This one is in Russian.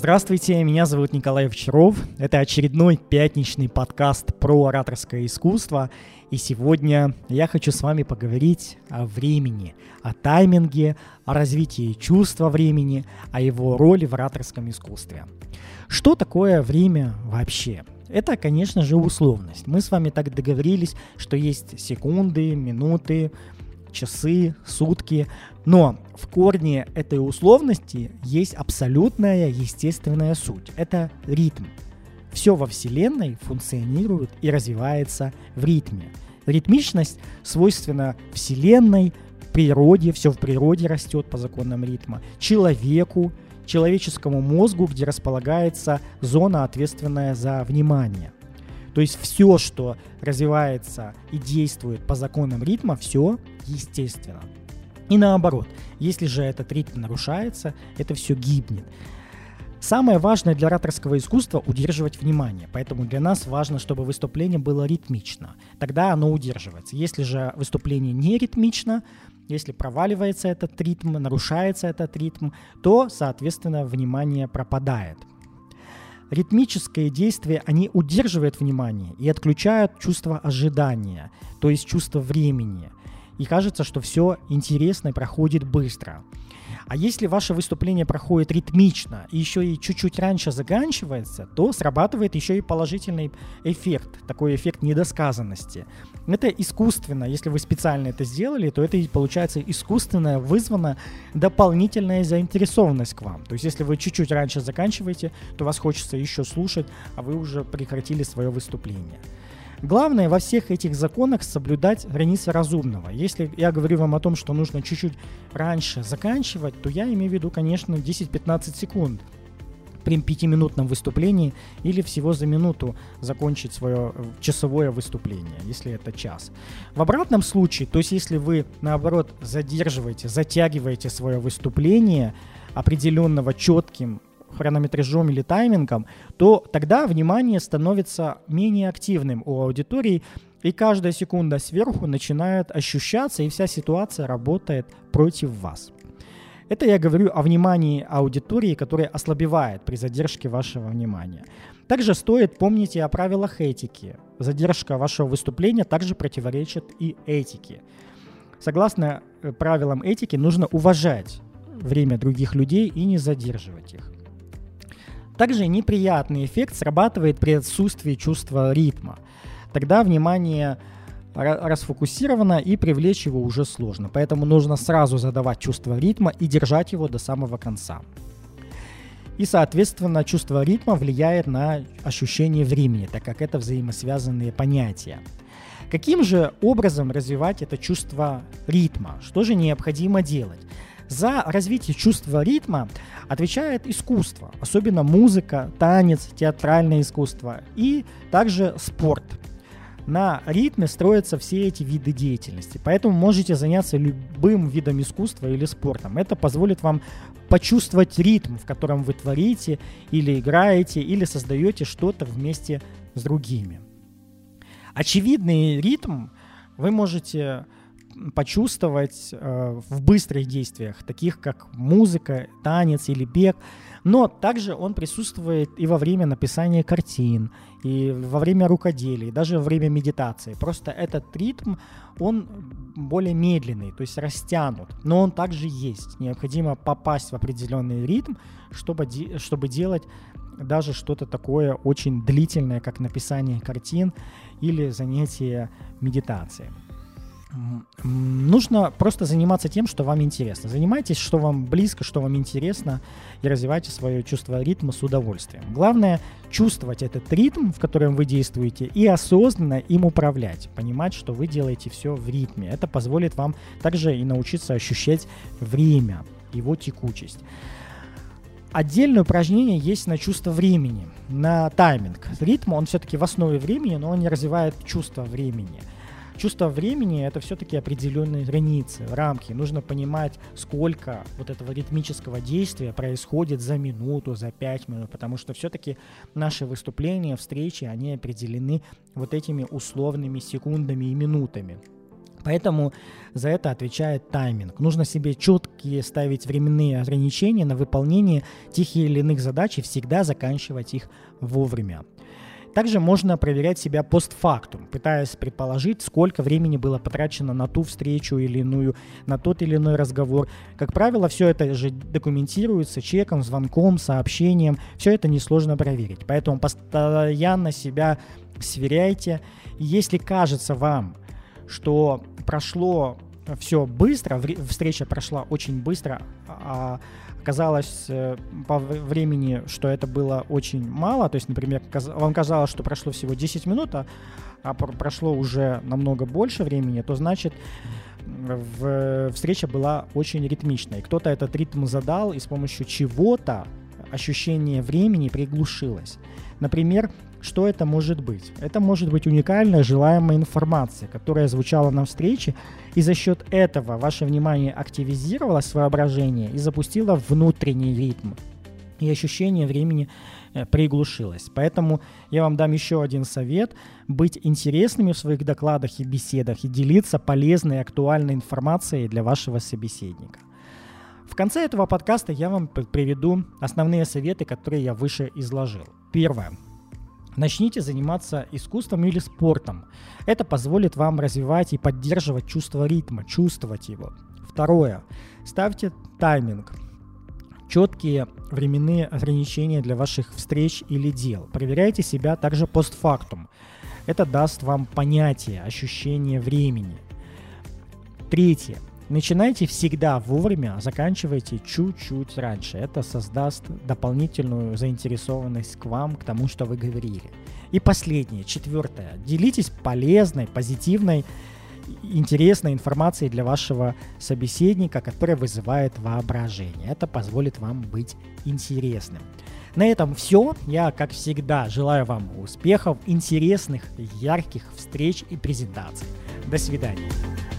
Здравствуйте, меня зовут Николай Овчаров. Это очередной пятничный подкаст про ораторское искусство. И сегодня я хочу с вами поговорить о времени, о тайминге, о развитии чувства времени, о его роли в ораторском искусстве. Что такое время вообще? Это, конечно же, условность. Мы с вами так договорились, что есть секунды, минуты, часы, сутки, но в корне этой условности есть абсолютная естественная суть. Это ритм. Все во Вселенной функционирует и развивается в ритме. Ритмичность свойственна Вселенной, природе, все в природе растет по законам ритма, человеку, человеческому мозгу, где располагается зона, ответственная за внимание. То есть все, что развивается и действует по законам ритма, все естественно. И наоборот, если же этот ритм нарушается, это все гибнет. Самое важное для ораторского искусства – удерживать внимание. Поэтому для нас важно, чтобы выступление было ритмично. Тогда оно удерживается. Если же выступление не ритмично, если проваливается этот ритм, нарушается этот ритм, то, соответственно, внимание пропадает. Ритмические действия, они удерживают внимание и отключают чувство ожидания, то есть чувство времени. И кажется, что все интересно и проходит быстро. А если ваше выступление проходит ритмично и еще и чуть-чуть раньше заканчивается, то срабатывает еще и положительный эффект, такой эффект недосказанности. Это искусственно, если вы специально это сделали, то это получается искусственно вызвана дополнительная заинтересованность к вам. То есть если вы чуть-чуть раньше заканчиваете, то вас хочется еще слушать, а вы уже прекратили свое выступление. Главное во всех этих законах соблюдать границы разумного. Если я говорю вам о том, что нужно чуть-чуть раньше заканчивать, то я имею в виду, конечно, 10-15 секунд при 5-минутном выступлении или всего за минуту закончить свое часовое выступление, если это час. В обратном случае, то есть если вы, наоборот, затягиваете свое выступление определенного четким хронометражом или таймингом, то тогда внимание становится менее активным у аудитории, и каждая секунда сверху начинает ощущаться, и вся ситуация работает против вас. Это я говорю о внимании аудитории, которая ослабевает при задержке вашего внимания. Также стоит помнить и о правилах этики. Задержка вашего выступления также противоречит и этике. Согласно правилам этики, нужно уважать время других людей и не задерживать их. Также неприятный эффект срабатывает при отсутствии чувства ритма. Тогда внимание расфокусировано и привлечь его уже сложно. Поэтому нужно сразу задавать чувство ритма и держать его до самого конца. И, соответственно, чувство ритма влияет на ощущение времени, так как это взаимосвязанные понятия. Каким же образом развивать это чувство ритма? Что же необходимо делать? За развитие чувства ритма отвечает искусство, особенно музыка, танец, театральное искусство и также спорт. На ритме строятся все эти виды деятельности, поэтому можете заняться любым видом искусства или спортом. Это позволит вам почувствовать ритм, в котором вы творите или играете, или создаете что-то вместе с другими. Очевидный ритм вы можете почувствовать в быстрых действиях, таких как музыка, танец или бег, но также он присутствует и во время написания картин, и во время рукоделия, и даже во время медитации. Просто этот ритм, он более медленный, то есть растянут, но он также есть. Необходимо попасть в определенный ритм, чтобы делать даже что-то такое очень длительное, как написание картин или занятие медитацией. Нужно просто заниматься тем, что вам интересно. Занимайтесь, что вам близко, что вам интересно, и развивайте свое чувство ритма с удовольствием. Главное – чувствовать этот ритм, в котором вы действуете, и осознанно им управлять. Понимать, что вы делаете все в ритме. Это позволит вам также и научиться ощущать время, его текучесть. Отдельное упражнение есть на чувство времени, на тайминг. Ритм, он все-таки в основе времени, но он не развивает чувство времени. Чувство времени – это все-таки определенные границы, рамки. Нужно понимать, сколько вот этого ритмического действия происходит за минуту, за 5 минут, потому что все-таки наши выступления, встречи, они определены вот этими условными секундами и минутами. Поэтому за это отвечает тайминг. Нужно себе четкие ставить временные ограничения на выполнение тех или иных задач и всегда заканчивать их вовремя. Также можно проверять себя постфактум, пытаясь предположить, сколько времени было потрачено на ту встречу или иную, на тот или иной разговор. Как правило, все это же документируется чеком, звонком, сообщением. Все это несложно проверить. Поэтому постоянно себя сверяйте. Если кажется вам, что прошло все быстро, встреча прошла очень быстро, а казалось по времени, что это было очень мало, то есть, например, вам казалось, что прошло всего 10 минут, а прошло уже намного больше времени, то значит встреча была очень ритмичной. Кто-то этот ритм задал, и с помощью чего-то ощущение времени приглушилось. Например, что это может быть? Это может быть уникальная желаемая информация, которая звучала на встрече, и за счет этого ваше внимание активизировалось, воображение, и запустило внутренний ритм, и ощущение времени приглушилось. Поэтому я вам дам еще один совет: быть интересными в своих докладах и беседах и делиться полезной и актуальной информацией для вашего собеседника. В конце этого подкаста я вам приведу основные советы, которые я выше изложил. Первое. Начните заниматься искусством или спортом. Это позволит вам развивать и поддерживать чувство ритма, чувствовать его. Второе. Ставьте тайминг. Четкие временные ограничения для ваших встреч или дел. Проверяйте себя также постфактум. Это даст вам понятие, ощущение времени. Третье. Начинайте всегда вовремя, заканчивайте чуть-чуть раньше. Это создаст дополнительную заинтересованность к вам, к тому, что вы говорили. И последнее, четвертое. Делитесь полезной, позитивной, интересной информацией для вашего собеседника, которая вызывает воображение. Это позволит вам быть интересным. На этом все. Я, как всегда, желаю вам успехов, интересных, ярких встреч и презентаций. До свидания.